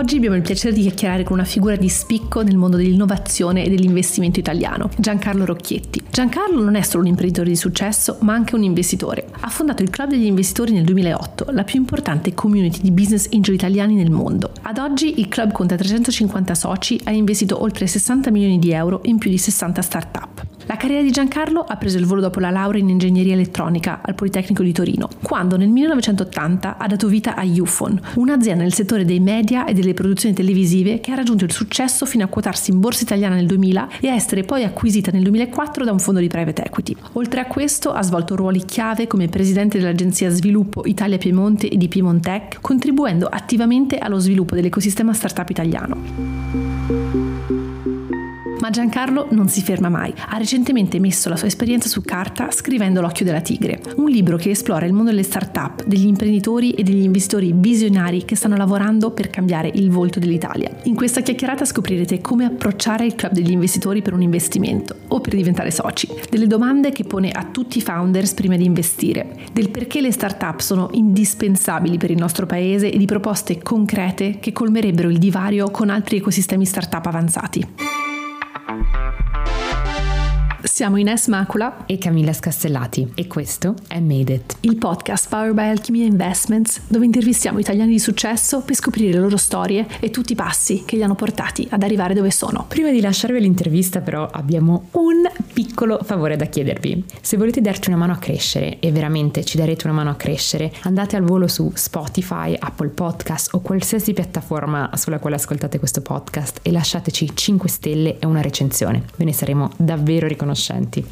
Oggi abbiamo il piacere di chiacchierare con una figura di spicco nel mondo dell'innovazione e dell'investimento italiano, Giancarlo Rocchietti. Giancarlo non è solo un imprenditore di successo, ma anche un investitore. Ha fondato il Club degli Investitori nel 2008, la più importante community di business angel italiani nel mondo. Ad oggi il club conta 350 soci e ha investito oltre 60 milioni di euro in più di 60 start-up. La carriera di Giancarlo ha preso il volo dopo la laurea in ingegneria elettronica al Politecnico di Torino, quando nel 1980 ha dato vita a Youfone, un'azienda nel settore dei media e delle produzioni televisive che ha raggiunto il successo fino a quotarsi in borsa italiana nel 2000 e a essere poi acquisita nel 2004 da un fondo di private equity. Oltre a questo ha svolto ruoli chiave come presidente dell'agenzia Sviluppo Italia Piemonte e di Piemontech, contribuendo attivamente allo sviluppo dell'ecosistema startup italiano. Ma Giancarlo non si ferma mai. Ha recentemente messo la sua esperienza su carta scrivendo L'occhio della tigre, un libro che esplora il mondo delle start-up, degli imprenditori e degli investitori visionari che stanno lavorando per cambiare il volto dell'Italia. In questa chiacchierata scoprirete come approcciare il club degli investitori per un investimento o per diventare soci, delle domande che pone a tutti i founders prima di investire, del perché le start-up sono indispensabili per il nostro paese e di proposte concrete che colmerebbero il divario con altri ecosistemi start-up avanzati. Siamo Ines Macula e Camilla Scastellati e questo è Made It, il podcast powered by Alchimia Investments, dove intervistiamo italiani di successo per scoprire le loro storie e tutti i passi che li hanno portati ad arrivare dove sono. Prima di lasciarvi l'intervista però abbiamo un piccolo favore da chiedervi. Se volete darci una mano a crescere, e veramente ci darete una mano a crescere, andate al volo su Spotify, Apple Podcast o qualsiasi piattaforma sulla quale ascoltate questo podcast e lasciateci 5 stelle e una recensione. Ve ne saremo davvero riconoscenti.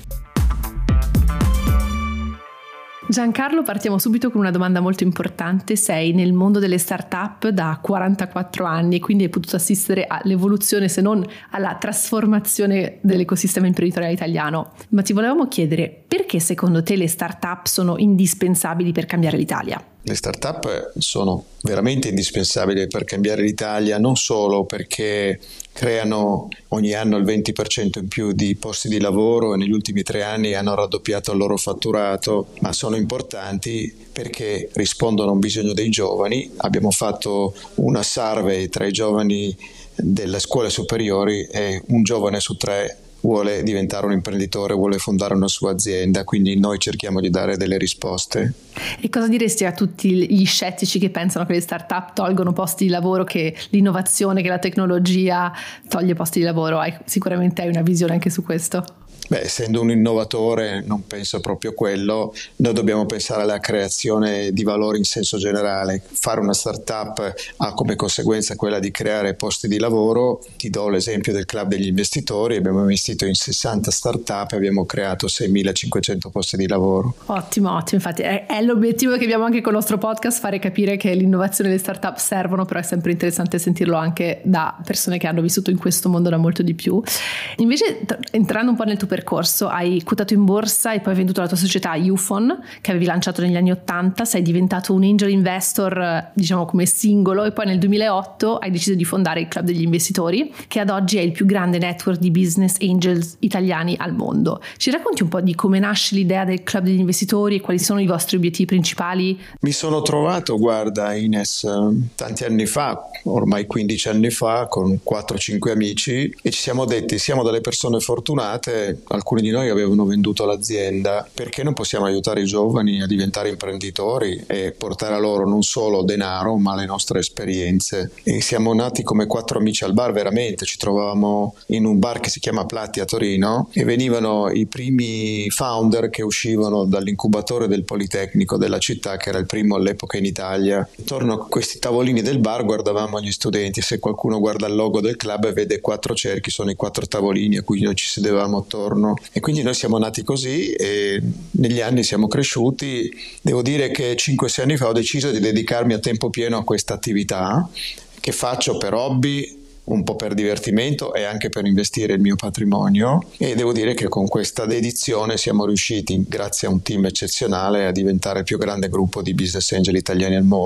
Giancarlo, partiamo subito con una domanda molto importante. Sei nel mondo delle start-up da 44 anni, quindi hai potuto assistere all'evoluzione, se non alla trasformazione dell'ecosistema imprenditoriale italiano. Ma ti volevamo chiedere, perché secondo te le start-up sono indispensabili per cambiare l'Italia? Le start-up sono veramente indispensabili per cambiare l'Italia, non solo perché creano ogni anno il 20% in più di posti di lavoro e negli ultimi 3 anni hanno raddoppiato il loro fatturato, ma sono importanti perché rispondono a un bisogno dei giovani. Abbiamo fatto una survey tra i giovani delle scuole superiori e un giovane su 3 vuole diventare un imprenditore, vuole fondare una sua azienda, quindi noi cerchiamo di dare delle risposte. E cosa diresti a tutti gli scettici che pensano che le start-up tolgono posti di lavoro, che l'innovazione, che la tecnologia toglie posti di lavoro? Sicuramente hai una visione anche su questo. Beh, essendo un innovatore non penso proprio quello, noi dobbiamo pensare alla creazione di valore in senso generale. Fare una startup ha come conseguenza quella di creare posti di lavoro. Ti do l'esempio del Club degli Investitori, abbiamo investito in 60 startup e abbiamo creato 6.500 posti di lavoro. Ottimo, infatti è l'obiettivo che abbiamo anche con il nostro podcast, fare capire che l'innovazione e le startup servono, però è sempre interessante sentirlo anche da persone che hanno vissuto in questo mondo da molto di più. Invece, entrando un po' nel tuo percorso, hai quotato in borsa e poi hai venduto la tua società Youfone, che avevi lanciato negli anni 80, sei diventato un angel investor, diciamo come singolo, e poi nel 2008 hai deciso di fondare il Club degli Investitori, che ad oggi è il più grande network di business angels italiani al mondo. Ci racconti un po' di come nasce l'idea del Club degli Investitori e quali sono i vostri obiettivi principali? Mi sono trovato, guarda Ines, tanti anni fa, ormai 15 anni fa, con 4-5 amici, e ci siamo detti, siamo delle persone fortunate, alcuni di noi avevano venduto l'azienda, perché non possiamo aiutare i giovani a diventare imprenditori e portare a loro non solo denaro ma le nostre esperienze? E siamo nati come 4 amici al bar, veramente ci trovavamo in un bar che si chiama Platti a Torino e venivano i primi founder che uscivano dall'incubatore del Politecnico della città, che era il primo all'epoca in Italia. Intorno a questi tavolini del bar guardavamo gli studenti, se qualcuno guarda il logo del club e vede 4 cerchi, sono i 4 tavolini a cui noi ci sedevamo attorno. E quindi noi siamo nati così e negli anni siamo cresciuti. Devo dire che 5-6 anni fa ho deciso di dedicarmi a tempo pieno a questa attività che faccio per hobby, un po' per divertimento e anche per investire il mio patrimonio, e devo dire che con questa dedizione siamo riusciti, grazie a un team eccezionale, a diventare il più grande gruppo di business angel italiani al mondo.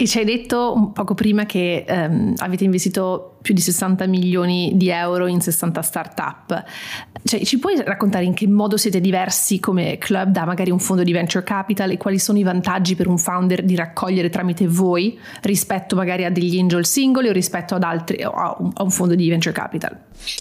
E ci hai detto un poco prima che avete investito più di 60 milioni di euro in 60 startup. Cioè, ci puoi raccontare in che modo siete diversi come club da magari un fondo di venture capital e quali sono i vantaggi per un founder di raccogliere tramite voi rispetto magari a degli angel singoli o rispetto ad altri, a un fondo di venture capital?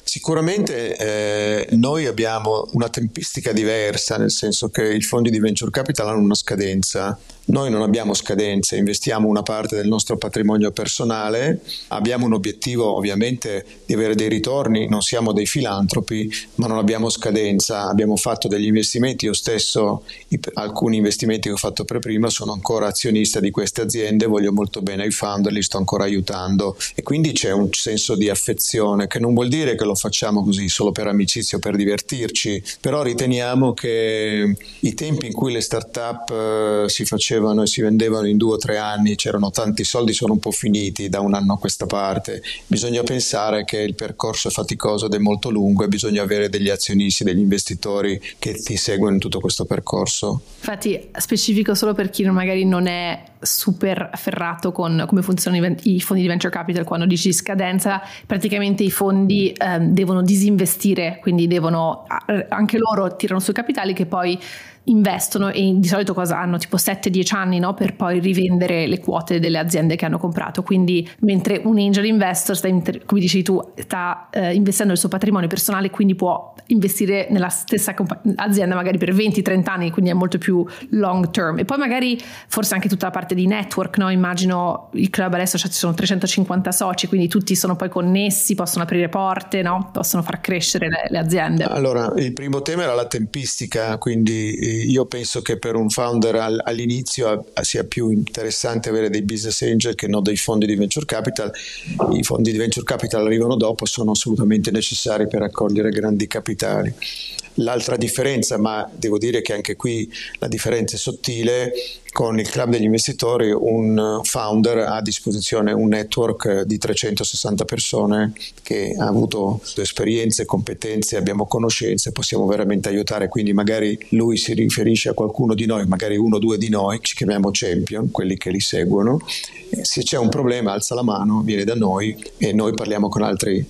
Sicuramente noi abbiamo una tempistica diversa, nel senso che i fondi di venture capital hanno una scadenza. Noi non abbiamo scadenze, investiamo una parte del nostro patrimonio personale, abbiamo un obiettivo ovviamente di avere dei ritorni, non siamo dei filantropi, ma non abbiamo scadenza, abbiamo fatto degli investimenti, io stesso alcuni investimenti che ho fatto per prima sono ancora azionista di queste aziende, voglio molto bene ai founder, li sto ancora aiutando e quindi c'è un senso di affezione che non vuol dire che lo facciamo così solo per amicizia o per divertirci, però riteniamo che i tempi in cui le start-up si facevano e si vendevano in 2 o 3 anni, c'erano tanti soldi, sono un po' finiti da un anno a questa parte. Bisogna pensare che il percorso è faticoso ed è molto lungo e bisogna avere degli azionisti, degli investitori che ti seguono in tutto questo percorso. Infatti specifico solo per chi magari non è super ferrato con come funzionano i fondi di venture capital. Quando dici scadenza, praticamente i fondi devono disinvestire, quindi devono anche loro tirano sui capitali che poi investono e di solito cosa hanno tipo 7-10 anni, no? Per poi rivendere le quote delle aziende che hanno comprato. Quindi mentre un angel investor come dici tu sta investendo il suo patrimonio personale, quindi può investire nella stessa azienda magari per 20-30 anni, quindi è molto più long term. E poi magari forse anche tutta la parte di network, no? Immagino il club adesso ci sono 350 soci, quindi tutti sono poi connessi, possono aprire porte, no? Possono far crescere le aziende. Allora, il primo tema era la tempistica, quindi io penso che per un founder all'inizio sia più interessante avere dei business angel che non dei fondi di venture capital. I fondi di venture capital arrivano dopo, sono assolutamente necessari per raccogliere grandi capitali. L'altra differenza, ma devo dire che anche qui la differenza è sottile, con il club degli investitori un founder ha a disposizione un network di 360 persone che ha avuto esperienze, competenze, abbiamo conoscenze, possiamo veramente aiutare, quindi magari lui si riferisce a qualcuno di noi, magari 1 o 2 di noi, ci chiamiamo champion, quelli che li seguono, e se c'è un problema alza la mano, viene da noi e noi parliamo con altri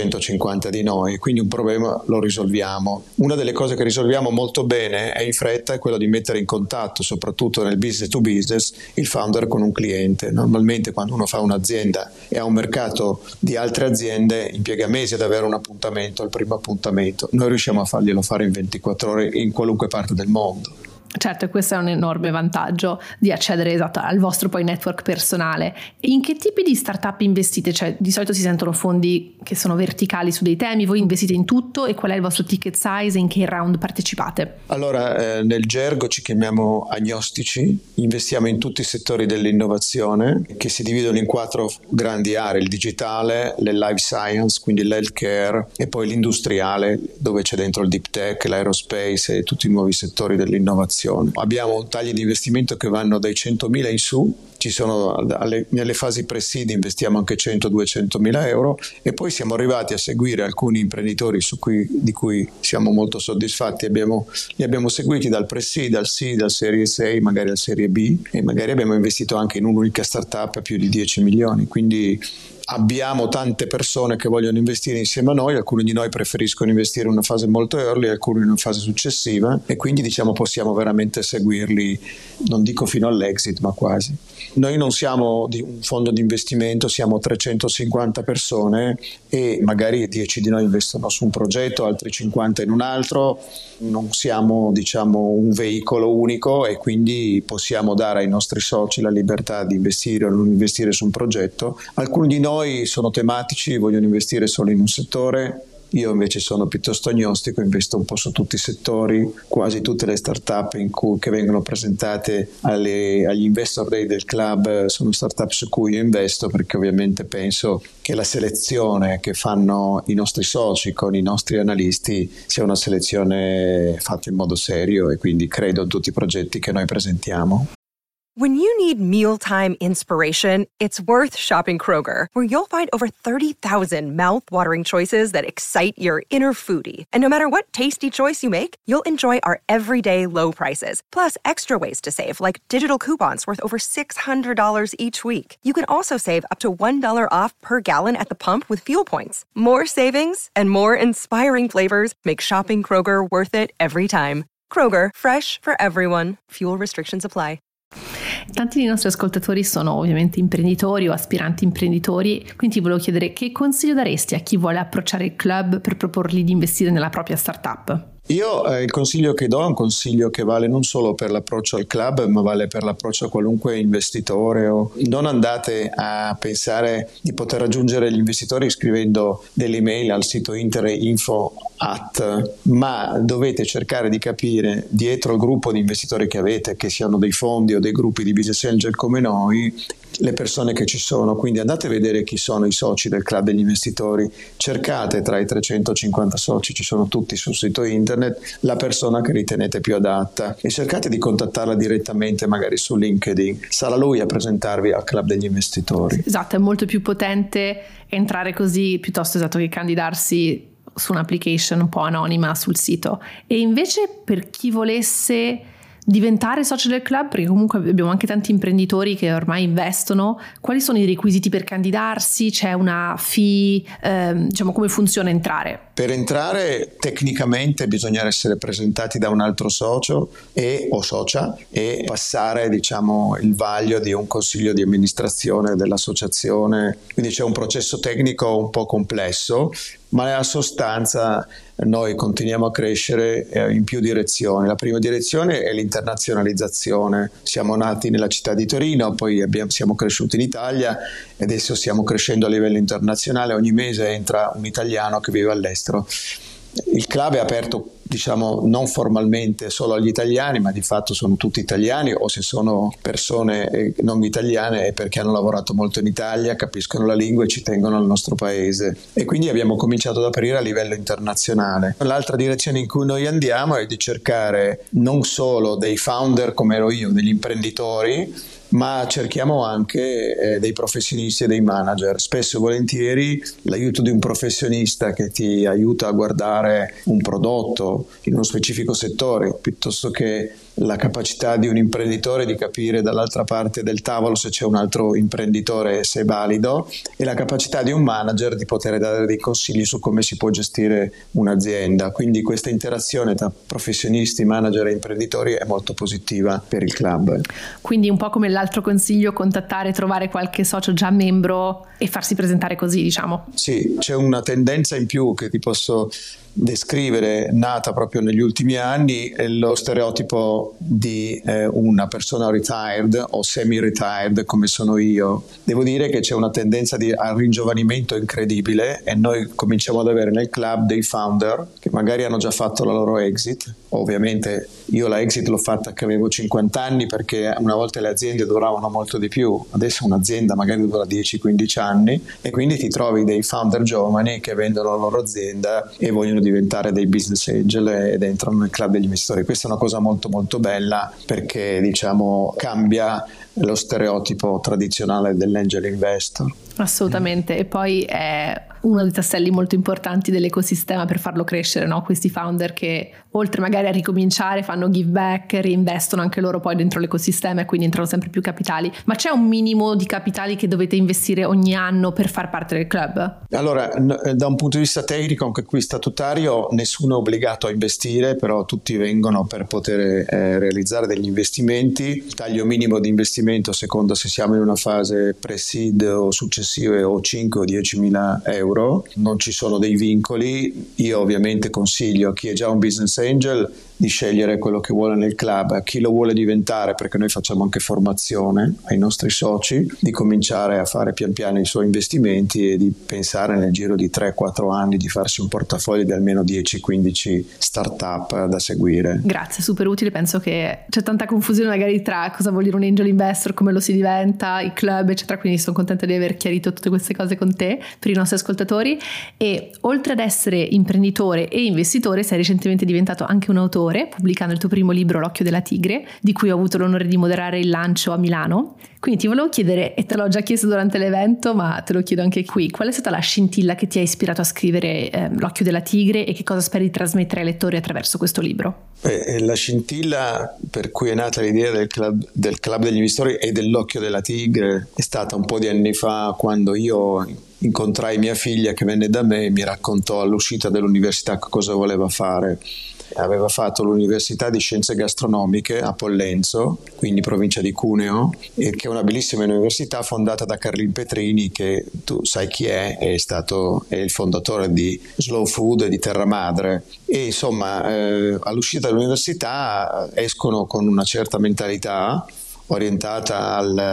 350 di noi, quindi un problema lo risolviamo. Una delle cose che risolviamo molto bene e in fretta è quello di mettere in contatto, soprattutto nel business to business, il founder con un cliente. Normalmente quando uno fa un'azienda e ha un mercato di altre aziende impiega mesi ad avere un appuntamento, il primo appuntamento. Noi riusciamo a farglielo fare in 24 ore in qualunque parte del mondo. Certo, e questo è un enorme vantaggio di accedere al vostro poi network personale. E in che tipi di startup investite? Cioè, di solito si sentono fondi che sono verticali su dei temi, voi investite in tutto e qual è il vostro ticket size e in che round partecipate? Allora, nel gergo ci chiamiamo agnostici, investiamo in tutti i settori dell'innovazione che si dividono in 4 grandi aree: il digitale, le life science, quindi l'healthcare, e poi l'industriale dove c'è dentro il deep tech, l'aerospace e tutti i nuovi settori dell'innovazione. Abbiamo tagli di investimento che vanno dai 100.000 in su, ci sono nelle fasi pre-seed investiamo anche 100-200 mila euro e poi siamo arrivati a seguire alcuni imprenditori di cui siamo molto soddisfatti. Li abbiamo seguiti dal pre-seed al seed, al Series A, magari al Serie B, e magari abbiamo investito anche in un'unica startup a più di 10 milioni, quindi abbiamo tante persone che vogliono investire insieme a noi, alcuni di noi preferiscono investire in una fase molto early, alcuni in una fase successiva, e quindi diciamo possiamo veramente seguirli, non dico fino all'exit, ma quasi. Noi non siamo un fondo di investimento, siamo 350 persone e magari 10 di noi investono su un progetto, altri 50 in un altro, non siamo un veicolo unico e quindi possiamo dare ai nostri soci la libertà di investire o non investire su un progetto. Alcuni di noi sono tematici, vogliono investire solo in un settore. Io invece sono piuttosto agnostico, investo un po' su tutti i settori, quasi tutte le startup che vengono presentate agli investor day del club sono startup su cui io investo, perché ovviamente penso che la selezione che fanno i nostri soci con i nostri analisti sia una selezione fatta in modo serio e quindi credo in tutti i progetti che noi presentiamo. When you need mealtime inspiration, it's worth shopping Kroger, where you'll find over 30,000 mouth-watering choices that excite your inner foodie. And no matter what tasty choice you make, you'll enjoy our everyday low prices, plus extra ways to save, like digital coupons worth over $600 each week. You can also save up to $1 off per gallon at the pump with fuel points. More savings and more inspiring flavors make shopping Kroger worth it every time. Kroger, fresh for everyone. Fuel restrictions apply. Tanti dei nostri ascoltatori sono ovviamente imprenditori o aspiranti imprenditori, quindi ti volevo chiedere che consiglio daresti a chi vuole approcciare il club per proporgli di investire nella propria startup? Io il consiglio che do è un consiglio che vale non solo per l'approccio al club, ma vale per l'approccio a qualunque investitore. Non andate a pensare di poter raggiungere gli investitori scrivendo delle email al sito internet info@, ma dovete cercare di capire dietro il gruppo di investitori che avete, che siano dei fondi o dei gruppi di business angel come noi, le persone che ci sono. Quindi andate a vedere chi sono i soci del club degli investitori, cercate tra i 350 soci, ci sono tutti sul sito internet, la persona che ritenete più adatta e cercate di contattarla direttamente, magari su LinkedIn. Sarà lui a presentarvi al club degli investitori. Esatto, è molto più potente entrare così piuttosto che candidarsi su un'application un po' anonima sul sito. E invece per chi volesse diventare socio del club, perché comunque abbiamo anche tanti imprenditori che ormai investono, quali sono i requisiti per candidarsi? C'è una fee? Come funziona entrare? Per entrare tecnicamente bisogna essere presentati da un altro socio o socia e passare il vaglio di un consiglio di amministrazione dell'associazione, quindi c'è un processo tecnico un po' complesso, ma nella sostanza noi continuiamo a crescere in più direzioni. La prima direzione è l'internazionalizzazione. Siamo nati nella città di Torino, poi siamo cresciuti in Italia e adesso stiamo crescendo a livello internazionale. Ogni mese entra un italiano che vive all'estero. Il club è aperto, non formalmente solo agli italiani, ma di fatto sono tutti italiani, o se sono persone non italiane è perché hanno lavorato molto in Italia, capiscono la lingua e ci tengono al nostro paese. E quindi abbiamo cominciato ad aprire a livello internazionale. L'altra direzione in cui noi andiamo è di cercare non solo dei founder come ero io, degli imprenditori, ma cerchiamo anche dei professionisti e dei manager. Spesso e volentieri l'aiuto di un professionista che ti aiuta a guardare un prodotto in uno specifico settore, piuttosto che la capacità di un imprenditore di capire dall'altra parte del tavolo se c'è un altro imprenditore, se è valido, e la capacità di un manager di poter dare dei consigli su come si può gestire un'azienda. Quindi questa interazione tra professionisti, manager e imprenditori è molto positiva per il club. Quindi un po' come l'altro consiglio, contattare, trovare qualche socio già membro e farsi presentare così, diciamo. Sì, c'è una tendenza in più che ti posso descrivere, nata proprio negli ultimi anni, è lo stereotipo di una persona retired o semi-retired come sono io. Devo dire che c'è una tendenza al ringiovanimento incredibile e noi cominciamo ad avere nel club dei founder che magari hanno già fatto la loro exit. Ovviamente io la exit l'ho fatta che avevo 50 anni, perché una volta le aziende duravano molto di più, adesso un'azienda magari dura 10-15 anni e quindi ti trovi dei founder giovani che vendono la loro azienda e vogliono diventare dei business angel ed entrano nel club degli investitori. Questa è una cosa molto molto bella, perché cambia lo stereotipo tradizionale dell'angel investor. Assolutamente, e poi è uno dei tasselli molto importanti dell'ecosistema per farlo crescere, no? Questi founder che oltre magari a ricominciare fanno give back, reinvestono anche loro poi dentro l'ecosistema e quindi entrano sempre più capitali. Ma c'è un minimo di capitali che dovete investire ogni anno per far parte del club? Allora, da un punto di vista tecnico, anche qui statutario, nessuno è obbligato a investire, però tutti vengono per poter realizzare degli investimenti. Il taglio minimo di investimento, secondo se siamo in una fase pre-seed o successive, o 5 o 10.000 euro. Non ci sono dei vincoli. Io ovviamente consiglio a chi è già un business angel di scegliere quello che vuole nel club, a chi lo vuole diventare, perché noi facciamo anche formazione ai nostri soci, di cominciare a fare pian piano i suoi investimenti e di pensare nel giro di 3-4 anni di farsi un portafoglio di almeno 10-15 startup da seguire. Grazie, super utile. Penso che c'è tanta confusione magari tra cosa vuol dire un angel investor, come lo si diventa, i club eccetera, quindi sono contenta di aver chiarito tutte queste cose con te per i nostri ascoltatori. E oltre ad essere imprenditore e investitore sei recentemente diventato anche un autore imprenditore, pubblicando il tuo primo libro L'occhio della tigre, di cui ho avuto l'onore di moderare il lancio a Milano. Quindi ti volevo chiedere, e te l'ho già chiesto durante l'evento, ma te lo chiedo anche qui, qual è stata la scintilla che ti ha ispirato a scrivere L'occhio della tigre e che cosa speri di trasmettere ai lettori attraverso questo libro? La scintilla per cui è nata l'idea del club degli investitori e dell'occhio della tigre è stata un po' di anni fa, quando io incontrai mia figlia che venne da me e mi raccontò all'uscita dell'università cosa voleva fare. Aveva fatto l'Università di Scienze Gastronomiche a Pollenzo, quindi provincia di Cuneo, che è una bellissima università fondata da Carlin Petrini, che tu sai chi è il fondatore di Slow Food e di Terra Madre. E insomma, all'uscita dell'università escono con una certa mentalità orientata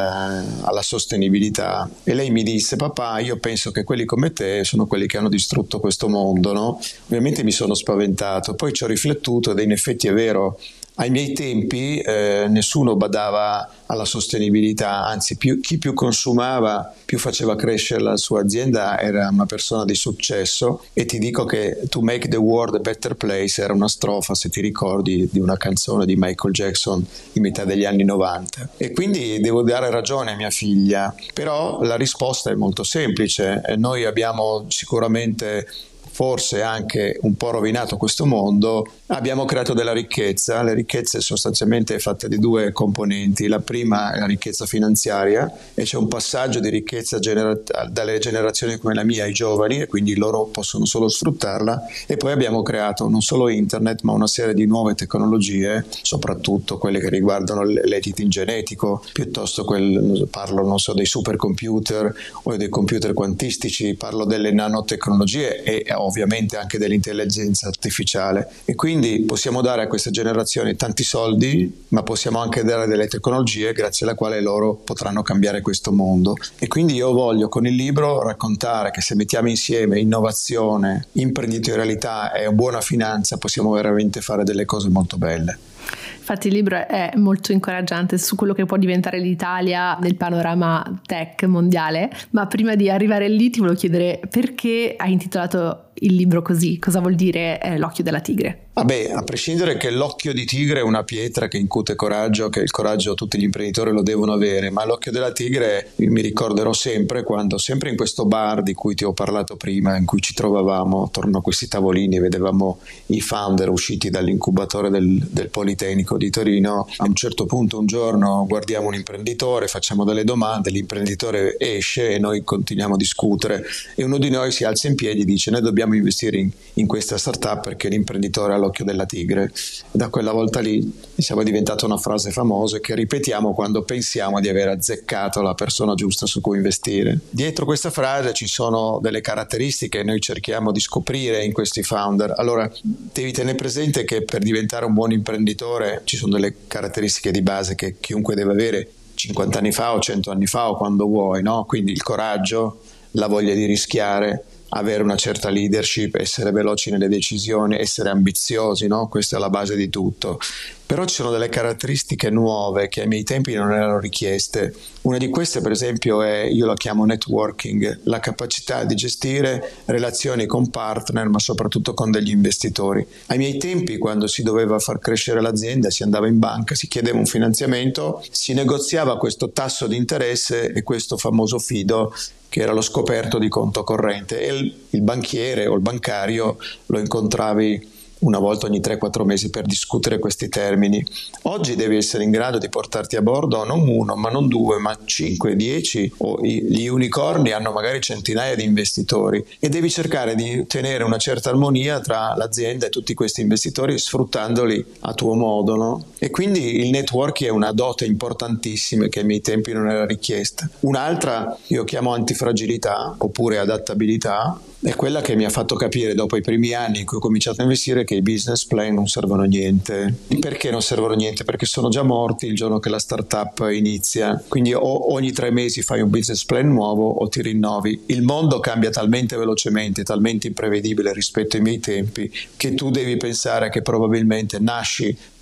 alla sostenibilità, e lei mi disse: papà, io penso che quelli come te sono quelli che hanno distrutto questo mondo, no? Ovviamente mi sono spaventato, poi ci ho riflettuto ed in effetti è vero. Ai miei tempi nessuno badava alla sostenibilità, anzi chi più consumava, più faceva crescere la sua azienda, era una persona di successo. E ti dico che To Make the World a Better Place era una strofa, se ti ricordi, di una canzone di Michael Jackson di metà degli anni 90. E quindi devo dare ragione a mia figlia, però la risposta è molto semplice. Noi abbiamo sicuramente forse anche un po' rovinato questo mondo, abbiamo creato della ricchezza. Le ricchezze sostanzialmente fatte di due componenti: la prima è la ricchezza finanziaria, e c'è un passaggio di ricchezza dalle generazioni come la mia ai giovani, e quindi loro possono solo sfruttarla. E poi abbiamo creato non solo internet, ma una serie di nuove tecnologie, soprattutto quelle che riguardano l'editing genetico, piuttosto parlo dei supercomputer o dei computer quantistici, parlo delle nanotecnologie e ovviamente anche dell'intelligenza artificiale. E quindi possiamo dare a queste generazioni tanti soldi, ma possiamo anche dare delle tecnologie grazie alle quali loro potranno cambiare questo mondo. E quindi io voglio con il libro raccontare che se mettiamo insieme innovazione, imprenditorialità e buona finanza possiamo veramente fare delle cose molto belle. Infatti il libro è molto incoraggiante su quello che può diventare l'Italia nel panorama tech mondiale, ma prima di arrivare lì ti volevo chiedere perché hai intitolato il libro così, cosa vuol dire l'occhio della tigre? Vabbè, a prescindere che l'occhio di tigre è una pietra che incute coraggio, che il coraggio tutti gli imprenditori lo devono avere, ma l'occhio della tigre mi ricorderò sempre quando, sempre in questo bar di cui ti ho parlato prima, in cui ci trovavamo attorno a questi tavolini, vedevamo i founder usciti dall'incubatore del Politecnico di Torino. A un certo punto un giorno guardiamo un imprenditore, facciamo delle domande, l'imprenditore esce e noi continuiamo a discutere, e uno di noi si alza in piedi e dice: noi dobbiamo investire in questa startup perché l'imprenditore ha l'occhio della tigre. Da quella volta lì è diventata una frase famosa che ripetiamo quando pensiamo di aver azzeccato la persona giusta su cui investire. Dietro questa frase ci sono delle caratteristiche che noi cerchiamo di scoprire in questi founder. Allora, devi tenere presente che per diventare un buon imprenditore ci sono delle caratteristiche di base che chiunque deve avere 50 anni fa o 100 anni fa o quando vuoi, no? Quindi il coraggio, la voglia di rischiare, avere una certa leadership, essere veloci nelle decisioni, essere ambiziosi, no? Questa è la base di tutto. Però ci sono delle caratteristiche nuove che ai miei tempi non erano richieste. Una di queste, per esempio, io la chiamo networking, la capacità di gestire relazioni con partner, ma soprattutto con degli investitori. Ai miei tempi, quando si doveva far crescere l'azienda, si andava in banca, si chiedeva un finanziamento, si negoziava questo tasso di interesse e questo famoso fido, che era lo scoperto di conto corrente, e il banchiere o il bancario lo incontravi una volta ogni 3-4 mesi per discutere questi termini. Oggi devi essere in grado di portarti a bordo non uno, ma non due, ma 5, 10, o gli unicorni hanno magari centinaia di investitori, e devi cercare di ottenere una certa armonia tra l'azienda e tutti questi investitori, sfruttandoli a tuo modo, no? E quindi il networking è una dote importantissima che ai miei tempi non era richiesta. Un'altra io chiamo antifragilità oppure adattabilità, è quella che mi ha fatto capire dopo i primi anni in cui ho cominciato a investire che i business plan non servono a niente. Perché non servono a niente? Perché sono già morti il giorno che la startup inizia. Quindi o ogni 3 mesi fai un business plan nuovo o ti rinnovi. Il mondo cambia talmente velocemente, talmente imprevedibile rispetto ai miei tempi, che tu devi pensare che probabilmente nasci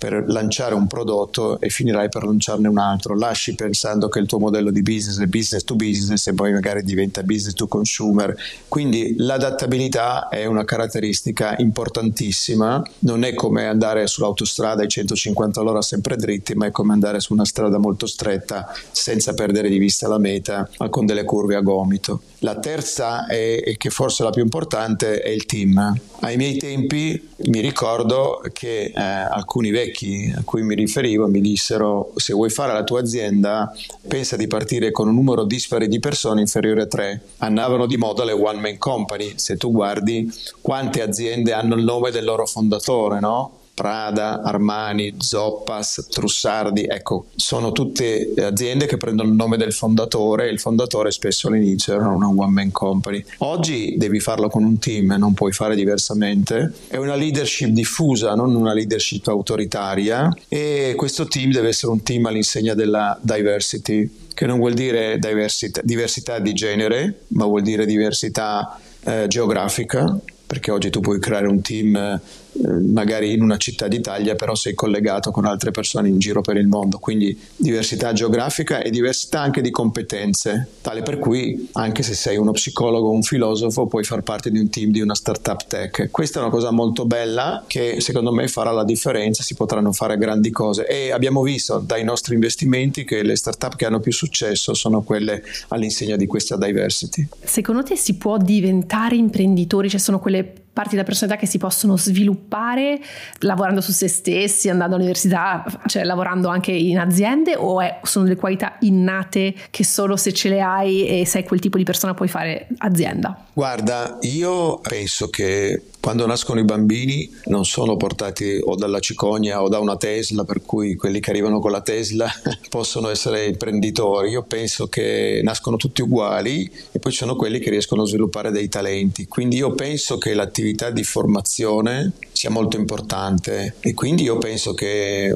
per lanciare un prodotto e finirai per lanciarne un altro. Lasci pensando che il tuo modello di business è business to business e poi magari diventa business to consumer. Quindi l'adattabilità è una caratteristica importantissima, non è come andare sull'autostrada ai 150 all'ora sempre dritti, ma è come andare su una strada molto stretta senza perdere di vista la meta, ma con delle curve a gomito. La terza e che forse è la più importante è il team. Ai miei tempi mi ricordo che alcuni vecchi a cui mi riferivo mi dissero: se vuoi fare la tua azienda pensa di partire con un numero dispari di persone inferiore a 3. Andavano di moda le one man company. Se tu guardi quante aziende hanno il nome del loro fondatore, no? Prada, Armani, Zoppas, Trussardi, ecco, sono tutte aziende che prendono il nome del fondatore e il fondatore spesso all'inizio era una one man company. Oggi devi farlo con un team, non puoi fare diversamente. È una leadership diffusa, non una leadership autoritaria, e questo team deve essere un team all'insegna della diversity, che non vuol dire diversità di genere, ma vuol dire diversità geografica, perché oggi tu puoi creare un team magari in una città d'Italia, però sei collegato con altre persone in giro per il mondo, quindi diversità geografica e diversità anche di competenze, tale per cui anche se sei uno psicologo o un filosofo puoi far parte di un team di una startup tech. Questa è una cosa molto bella che secondo me farà la differenza, si potranno fare grandi cose e abbiamo visto dai nostri investimenti che le startup che hanno più successo sono quelle all'insegna di questa diversity. Secondo te si può diventare imprenditori? Cioè sono quelle parti della personalità che si possono sviluppare lavorando su se stessi, andando all'università, cioè lavorando anche in aziende, o sono delle qualità innate che solo se ce le hai e sei quel tipo di persona puoi fare azienda? Guarda, io penso che quando nascono i bambini non sono portati o dalla cicogna o da una Tesla, per cui quelli che arrivano con la Tesla possono essere imprenditori. Io penso che nascono tutti uguali e poi ci sono quelli che riescono a sviluppare dei talenti. Quindi io penso che l'attività di formazione sia molto importante e quindi io penso che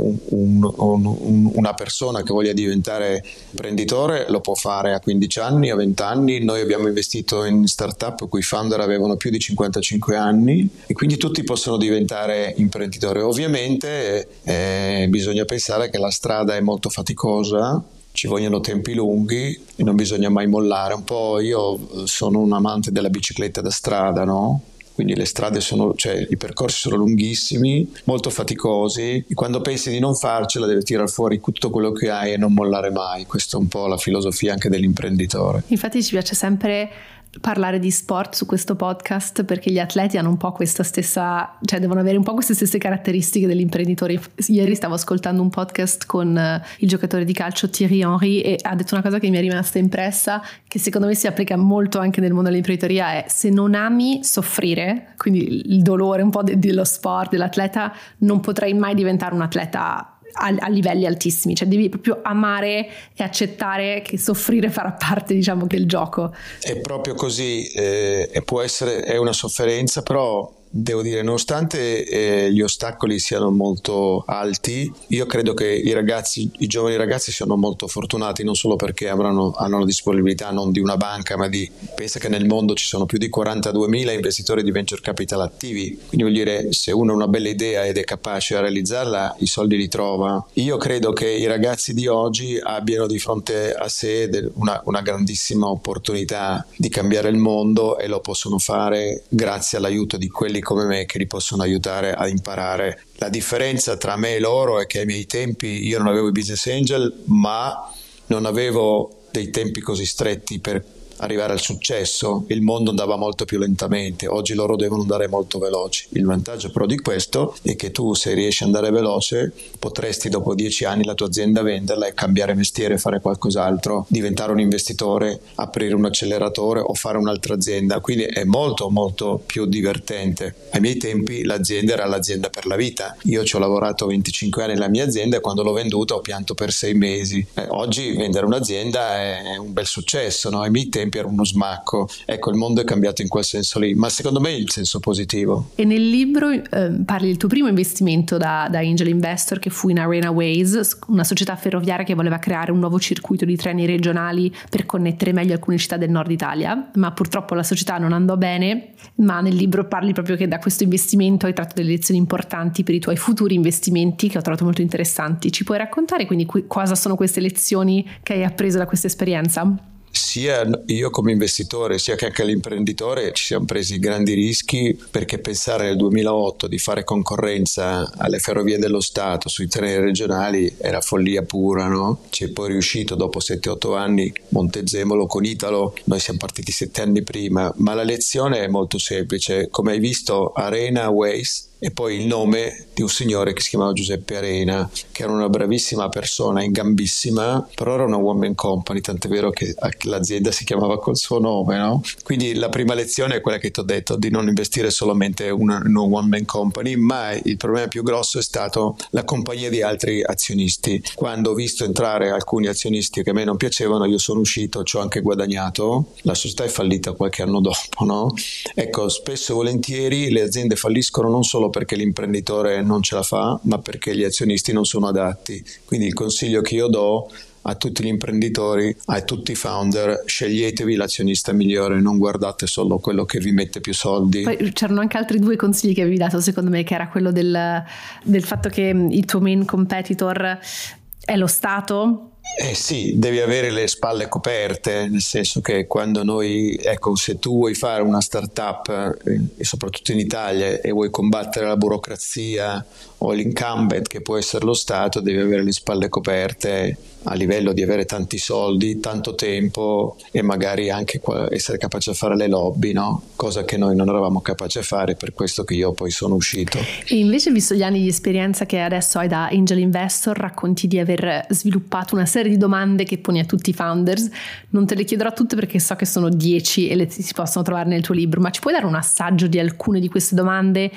una persona che voglia diventare imprenditore lo può fare a 15 anni, a 20 anni. Noi abbiamo investito in startup cui i founder avevano più di 55 anni e quindi tutti possono diventare imprenditori. Ovviamente bisogna pensare che la strada è molto faticosa, ci vogliono tempi lunghi e non bisogna mai mollare. Un po' io sono un amante della bicicletta da strada, no? Quindi le strade i percorsi sono lunghissimi, molto faticosi e quando pensi di non farcela devi tirare fuori tutto quello che hai e non mollare mai. Questa è un po' la filosofia anche dell'imprenditore. Infatti ci piace sempre parlare di sport su questo podcast perché gli atleti hanno un po' questa stessa, cioè devono avere un po' queste stesse caratteristiche degli imprenditori. Ieri stavo ascoltando un podcast con il giocatore di calcio Thierry Henry e ha detto una cosa che mi è rimasta impressa, che secondo me si applica molto anche nel mondo dell'imprenditoria: è se non ami soffrire, quindi il dolore un po' dello sport, dell'atleta, non potrai mai diventare un atleta a livelli altissimi, cioè devi proprio amare e accettare che soffrire farà parte, diciamo, del gioco. È proprio così, può essere, è una sofferenza, però devo dire, nonostante gli ostacoli siano molto alti, io credo che i giovani ragazzi siano molto fortunati, non solo perché hanno la disponibilità non di una banca, ma pensa che nel mondo ci sono più di 42.000 investitori di venture capital attivi, quindi vuol dire, se uno ha una bella idea ed è capace a realizzarla, i soldi li trova. Io credo che i ragazzi di oggi abbiano di fronte a sé una grandissima opportunità di cambiare il mondo e lo possono fare grazie all'aiuto di quelli come me che li possono aiutare a imparare. La differenza tra me e loro è che ai miei tempi io non avevo i business angel, ma non avevo dei tempi così stretti per arrivare al successo, il mondo andava molto più lentamente, oggi loro devono andare molto veloci. Il vantaggio però di questo è che tu, se riesci ad andare veloce, potresti dopo 10 anni la tua azienda venderla e cambiare mestiere, fare qualcos'altro, diventare un investitore, aprire un acceleratore o fare un'altra azienda, quindi è molto molto più divertente. Ai miei tempi l'azienda era l'azienda per la vita, io ci ho lavorato 25 anni nella mia azienda e quando l'ho venduta ho pianto per 6 mesi. Oggi vendere un'azienda è un bel successo, no? Ai miei tempi tempi era uno smacco. Ecco, il mondo è cambiato in quel senso lì, ma secondo me in senso positivo. E nel libro parli del tuo primo investimento da angel investor, che fu in Arena Ways, una società ferroviaria che voleva creare un nuovo circuito di treni regionali per connettere meglio alcune città del nord Italia, ma purtroppo la società non andò bene. Ma nel libro parli proprio che da questo investimento hai tratto delle lezioni importanti per i tuoi futuri investimenti, che ho trovato molto interessanti. Ci puoi raccontare quindi cosa sono queste lezioni che hai appreso da questa esperienza? Sia io come investitore sia che anche l'imprenditore ci siamo presi grandi rischi, perché pensare nel 2008 di fare concorrenza alle ferrovie dello Stato sui treni regionali era follia pura, no? Ci è poi riuscito dopo 7-8 anni Montezemolo con Italo, noi siamo partiti 7 anni prima, ma la lezione è molto semplice. Come hai visto, Arena Ways e poi il nome di un signore che si chiamava Giuseppe Arena, che era una bravissima persona, ingambissima, però era una one man company, tant'è vero che l'azienda si chiamava col suo nome, no? Quindi la prima lezione è quella che ti ho detto, di non investire solamente in una one man company, ma il problema più grosso è stato la compagnia di altri azionisti. Quando ho visto entrare alcuni azionisti che a me non piacevano, io sono uscito, ci ho anche guadagnato, la società è fallita qualche anno dopo, no? Ecco, spesso e volentieri le aziende falliscono non solo perché l'imprenditore non ce la fa, ma perché gli azionisti non sono adatti. Quindi il consiglio che io do a tutti gli imprenditori, a tutti i founder: sceglietevi l'azionista migliore, non guardate solo quello che vi mette più soldi. Poi c'erano anche altri 2 consigli che avevi dato, secondo me, che era quello del fatto che il tuo main competitor è lo Stato. Sì, devi avere le spalle coperte, nel senso che quando se tu vuoi fare una startup, e soprattutto in Italia, e vuoi combattere la burocrazia o l'incumbent che può essere lo Stato, devi avere le spalle coperte a livello di avere tanti soldi, tanto tempo e magari anche essere capace a fare le lobby, no? Cosa che noi non eravamo capaci a fare, per questo che io poi sono uscito. E invece, visto gli anni di esperienza che adesso hai da angel investor, racconti di aver sviluppato una serie di domande che poni a tutti i founders. Non te le chiederò tutte perché so che sono 10 e si possono trovare nel tuo libro, ma ci puoi dare un assaggio di alcune di queste domande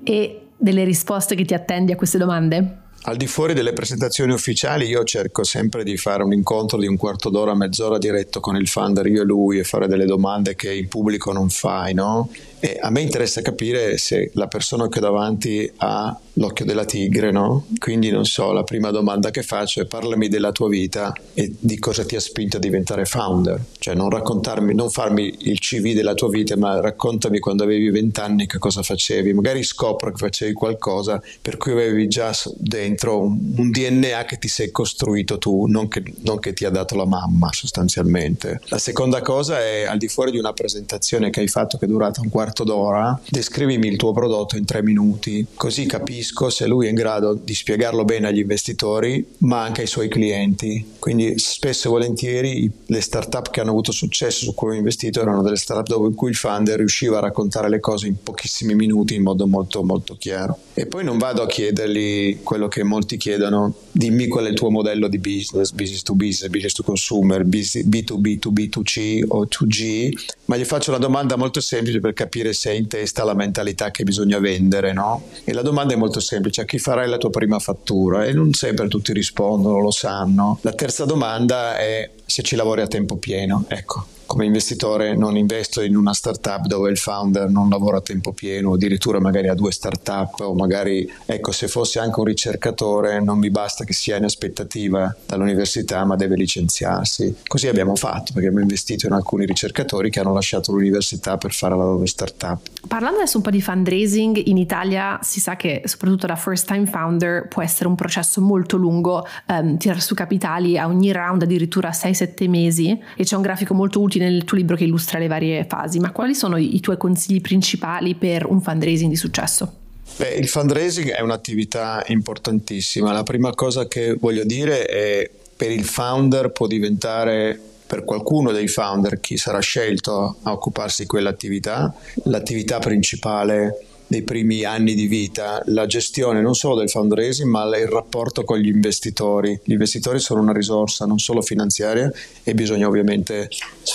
e delle risposte che ti attendi a queste domande? Al di fuori delle presentazioni ufficiali io cerco sempre di fare un incontro di un quarto d'ora, mezz'ora diretto con il founder, io e lui, e fare delle domande che in pubblico non fai, no? E a me interessa capire se la persona che ho davanti ha l'occhio della tigre, no? Quindi non so, la prima domanda che faccio è: parlami della tua vita e di cosa ti ha spinto a diventare founder. Cioè non farmi il CV della tua vita, ma raccontami quando avevi 20 anni che cosa facevi. Magari scopro che facevi qualcosa per cui avevi già dentro un DNA che ti sei costruito tu, non che ti ha dato la mamma sostanzialmente. La seconda cosa è: al di fuori di una presentazione che hai fatto che è durata un quarto d'ora, descrivimi il tuo prodotto in 3 minuti, così capisco se lui è in grado di spiegarlo bene agli investitori ma anche ai suoi clienti. Quindi spesso e volentieri le startup che hanno avuto successo su cui ho investito erano delle startup dove in cui il founder riusciva a raccontare le cose in pochissimi minuti in modo molto molto chiaro. E poi non vado a chiedergli quello che molti chiedono: dimmi qual è il tuo modello di business to business, business to consumer, B2B to B2C o 2G, ma gli faccio una domanda molto semplice per capire se è in testa la mentalità che bisogna vendere, no? E la domanda è molto semplice: a chi farai la tua prima fattura? E non sempre tutti rispondono, lo sanno. La terza domanda è se ci lavori a tempo pieno. Ecco, come investitore non investo in una startup dove il founder non lavora a tempo pieno, o addirittura magari ha 2 startup, o magari, ecco, se fosse anche un ricercatore non mi basta che sia in aspettativa dall'università, ma deve licenziarsi. Così abbiamo fatto, perché abbiamo investito in alcuni ricercatori che hanno lasciato l'università per fare la loro startup. Parlando adesso un po' di fundraising, in Italia si sa che soprattutto da first time founder può essere un processo molto lungo, tirare su capitali a ogni round addirittura 6-7 mesi, e c'è un grafico molto utile nel tuo libro che illustra le varie fasi. Ma quali sono i tuoi consigli principali per un fundraising di successo? Il fundraising è un'attività importantissima. La prima cosa che voglio dire è: per il founder può diventare, per qualcuno dei founder, chi sarà scelto a occuparsi di quell'attività, l'attività principale dei primi anni di vita, la gestione non solo del fundraising ma il rapporto con gli investitori. Gli investitori sono una risorsa non solo finanziaria e bisogna ovviamente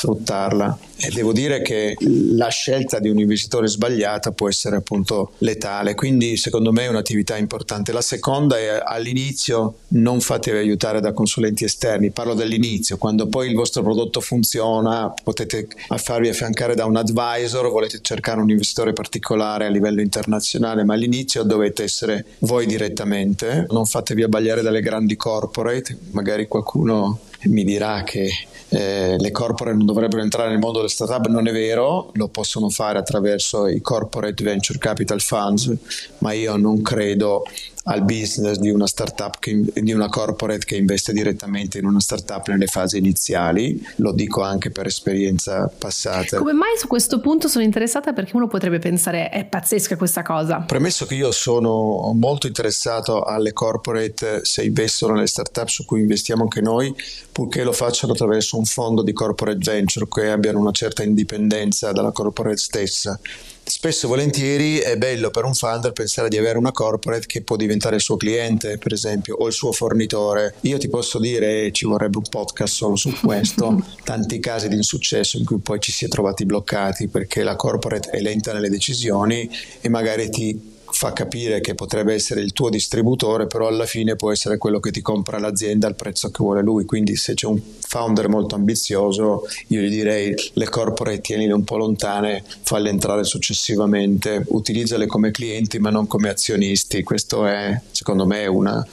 sfruttarla. E devo dire che la scelta di un investitore sbagliata può essere appunto letale, quindi secondo me è un'attività importante. La seconda è: all'inizio non fatevi aiutare da consulenti esterni, parlo dell'inizio, quando poi il vostro prodotto funziona potete farvi affiancare da un advisor, volete cercare un investitore particolare a livello internazionale, ma all'inizio dovete essere voi direttamente, non fatevi abbagliare dalle grandi corporate. Magari qualcuno mi dirà che le corporate non dovrebbero entrare nel mondo delle startup. Non è vero, lo possono fare attraverso i corporate venture capital funds, ma io non credo al business di una startup, di una corporate che investe direttamente in una startup nelle fasi iniziali. Lo dico anche per esperienza passata. Come mai su questo punto sono interessata? Perché uno potrebbe pensare è pazzesca questa cosa. Premesso che io sono molto interessato alle corporate se investono nelle startup su cui investiamo anche noi, purché lo facciano attraverso un fondo di corporate venture che abbiano una certa indipendenza dalla corporate stessa. Spesso e volentieri è bello per un founder pensare di avere una corporate che può diventare il suo cliente, per esempio, o il suo fornitore. Io ti posso dire, ci vorrebbe un podcast solo su questo, tanti casi di insuccesso in cui poi ci si è trovati bloccati perché la corporate è lenta nelle decisioni e magari ti fa capire che potrebbe essere il tuo distributore, però alla fine può essere quello che ti compra l'azienda al prezzo che vuole lui. Quindi se c'è un founder molto ambizioso, io gli direi: le corporate tienile un po' lontane, falle entrare successivamente, utilizzale come clienti ma non come azionisti. Questo è, secondo me,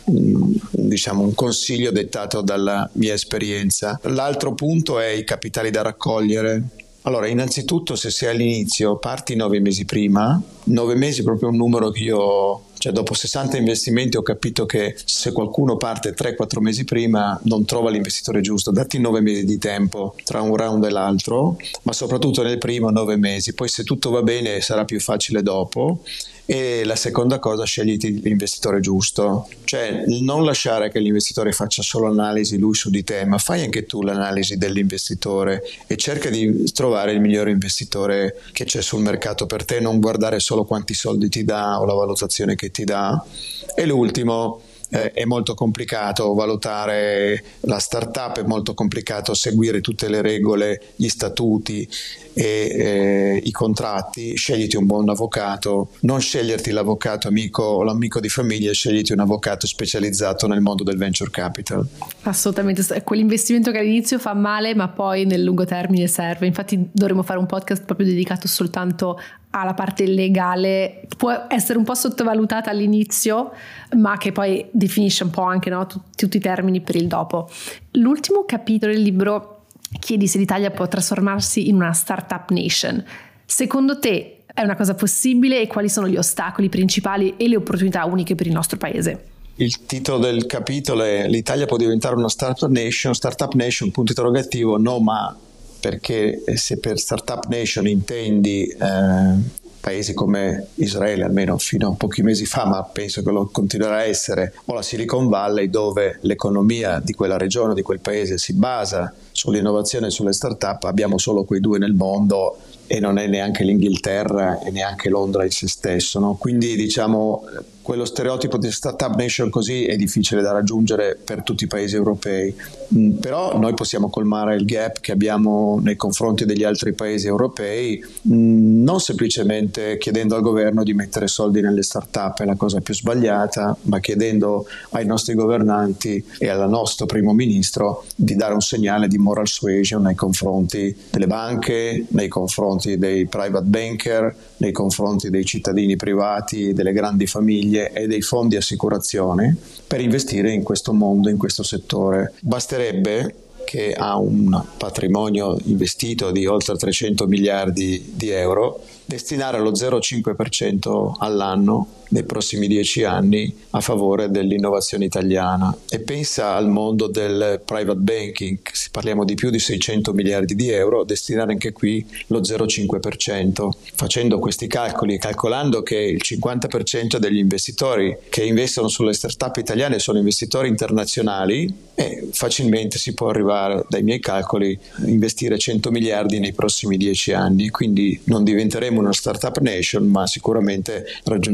un consiglio dettato dalla mia esperienza. L'altro punto è i capitali da raccogliere. Allora, innanzitutto, se sei all'inizio, parti 9 mesi prima. 9 mesi è proprio un numero che io, dopo 60 investimenti ho capito che se qualcuno parte 3-4 mesi prima non trova l'investitore giusto. Datti 9 mesi di tempo tra un round e l'altro, ma soprattutto nel primo 9 mesi. Poi se tutto va bene sarà più facile dopo. E la seconda cosa, scegliti l'investitore giusto, cioè non lasciare che l'investitore faccia solo analisi lui su di te, ma fai anche tu l'analisi dell'investitore e cerca di trovare il migliore investitore che c'è sul mercato per te, non guardare solo quanti soldi ti dà o la valutazione che ti dà. E l'ultimo, è molto complicato valutare la startup, è molto complicato seguire tutte le regole, gli statuti e i contratti. Scegliti un buon avvocato, non sceglierti l'avvocato amico o l'amico di famiglia, scegliti un avvocato specializzato nel mondo del venture capital. Assolutamente, quell'investimento che all'inizio fa male ma poi nel lungo termine serve. Infatti dovremmo fare un podcast proprio dedicato soltanto alla parte legale, può essere un po' sottovalutata all'inizio ma che poi definisce un po' anche, no, tutti i termini per il dopo. L'ultimo capitolo del libro chiedi se l'Italia può trasformarsi in una startup nation. Secondo te è una cosa possibile e quali sono gli ostacoli principali e le opportunità uniche per il nostro paese? Il titolo del capitolo è: l'Italia può diventare una startup nation, punto interrogativo. No, ma perché se per startup nation intendi paesi come Israele, almeno fino a pochi mesi fa, ma penso che lo continuerà a essere, o la Silicon Valley, dove l'economia di quella regione, di quel paese si basa sull'innovazione e sulle startup, abbiamo solo quei due nel mondo e non è neanche l'Inghilterra e neanche Londra in se stesso, no? Quindi diciamo quello stereotipo di startup nation così è difficile da raggiungere per tutti i paesi europei, però noi possiamo colmare il gap che abbiamo nei confronti degli altri paesi europei, non semplicemente chiedendo al governo di mettere soldi nelle startup, è la cosa più sbagliata, ma chiedendo ai nostri governanti e al nostro primo ministro di dare un segnale di moral suasion nei confronti delle banche, nei confronti dei private banker, nei confronti dei cittadini privati, delle grandi famiglie e dei fondi assicurazione per investire in questo mondo, in questo settore. Basterebbe che ha un patrimonio investito di oltre 300 miliardi di euro, destinare lo 0,5% all'anno nei prossimi 10 anni a favore dell'innovazione italiana. E pensa al mondo del private banking, parliamo di più di 600 miliardi di euro, destinare anche qui lo 0,5%. Facendo questi calcoli, calcolando che il 50% degli investitori che investono sulle startup italiane sono investitori internazionali, facilmente si può arrivare, dai miei calcoli, a investire 100 miliardi nei prossimi 10 anni. Quindi non diventeremo una startup nation, ma sicuramente raggiungeremo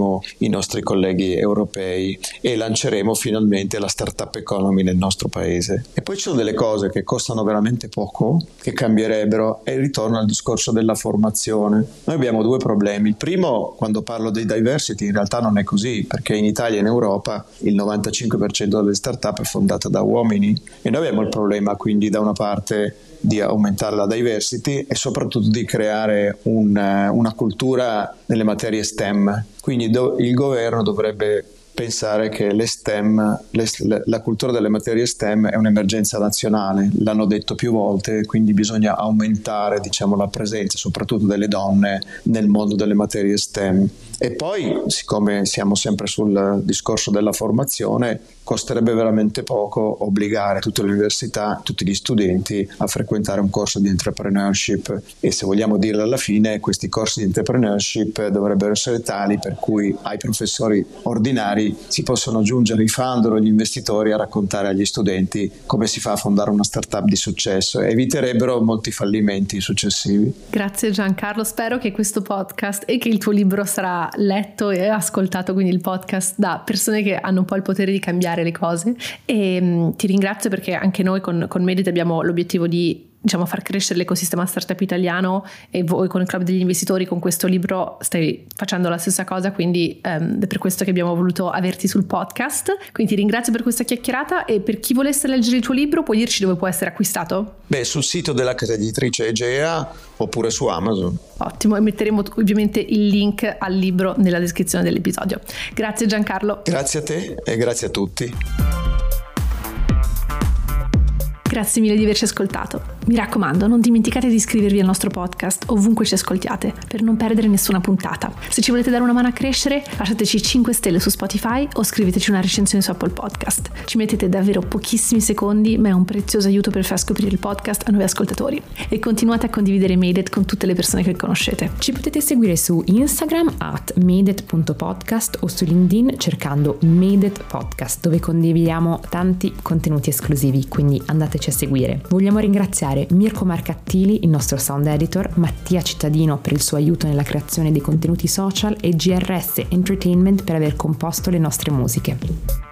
insieme i nostri colleghi europei e lanceremo finalmente la startup economy nel nostro paese. E poi ci sono delle cose che costano veramente poco, che cambierebbero, e ritorno al discorso della formazione. Noi abbiamo due problemi. Il primo, quando parlo di diversity, in realtà non è così, perché in Italia e in Europa il 95% delle startup è fondata da uomini e noi abbiamo il problema quindi da una parte di aumentare la diversity e soprattutto di creare una cultura nelle materie STEM. Quindi il governo dovrebbe pensare che le STEM, la cultura delle materie STEM è un'emergenza nazionale, l'hanno detto più volte, quindi bisogna aumentare, diciamo, la presenza soprattutto delle donne nel mondo delle materie STEM. E poi, siccome siamo sempre sul discorso della formazione, costerebbe veramente poco obbligare tutte le università, tutti gli studenti a frequentare un corso di entrepreneurship, e se vogliamo dirlo alla fine, questi corsi di entrepreneurship dovrebbero essere tali per cui ai professori ordinari si possono aggiungere i founder o gli investitori a raccontare agli studenti come si fa a fondare una startup di successo, e eviterebbero molti fallimenti successivi. Grazie Giancarlo, spero che questo podcast e che il tuo libro sarà letto e ascoltato, quindi il podcast, da persone che hanno un po' il potere di cambiare le cose, e ti ringrazio perché anche noi con Made It abbiamo l'obiettivo di far crescere l'ecosistema startup italiano, e voi con il Club degli Investitori con questo libro stai facendo la stessa cosa, quindi è per questo che abbiamo voluto averti sul podcast. Quindi ti ringrazio per questa chiacchierata, e per chi volesse leggere il tuo libro puoi dirci dove può essere acquistato? Sul sito della casa editrice Egea oppure su Amazon. Ottimo, e metteremo ovviamente il link al libro nella descrizione dell'episodio. Grazie Giancarlo. Grazie a te e grazie a tutti. Grazie mille di averci ascoltato. Mi raccomando, non dimenticate di iscrivervi al nostro podcast ovunque ci ascoltiate per non perdere nessuna puntata. Se ci volete dare una mano a crescere, lasciateci 5 stelle su Spotify o scriveteci una recensione su Apple Podcast. Ci mettete davvero pochissimi secondi, ma è un prezioso aiuto per far scoprire il podcast a nuovi ascoltatori. E continuate a condividere Made It con tutte le persone che conoscete. Ci potete seguire su Instagram @madeit.podcast o su LinkedIn cercando Made It Podcast, dove condividiamo tanti contenuti esclusivi, quindi andateci a seguire. Vogliamo ringraziare Mirko Marcattili, il nostro sound editor, Mattia Cittadino per il suo aiuto nella creazione dei contenuti social e GRS Entertainment per aver composto le nostre musiche.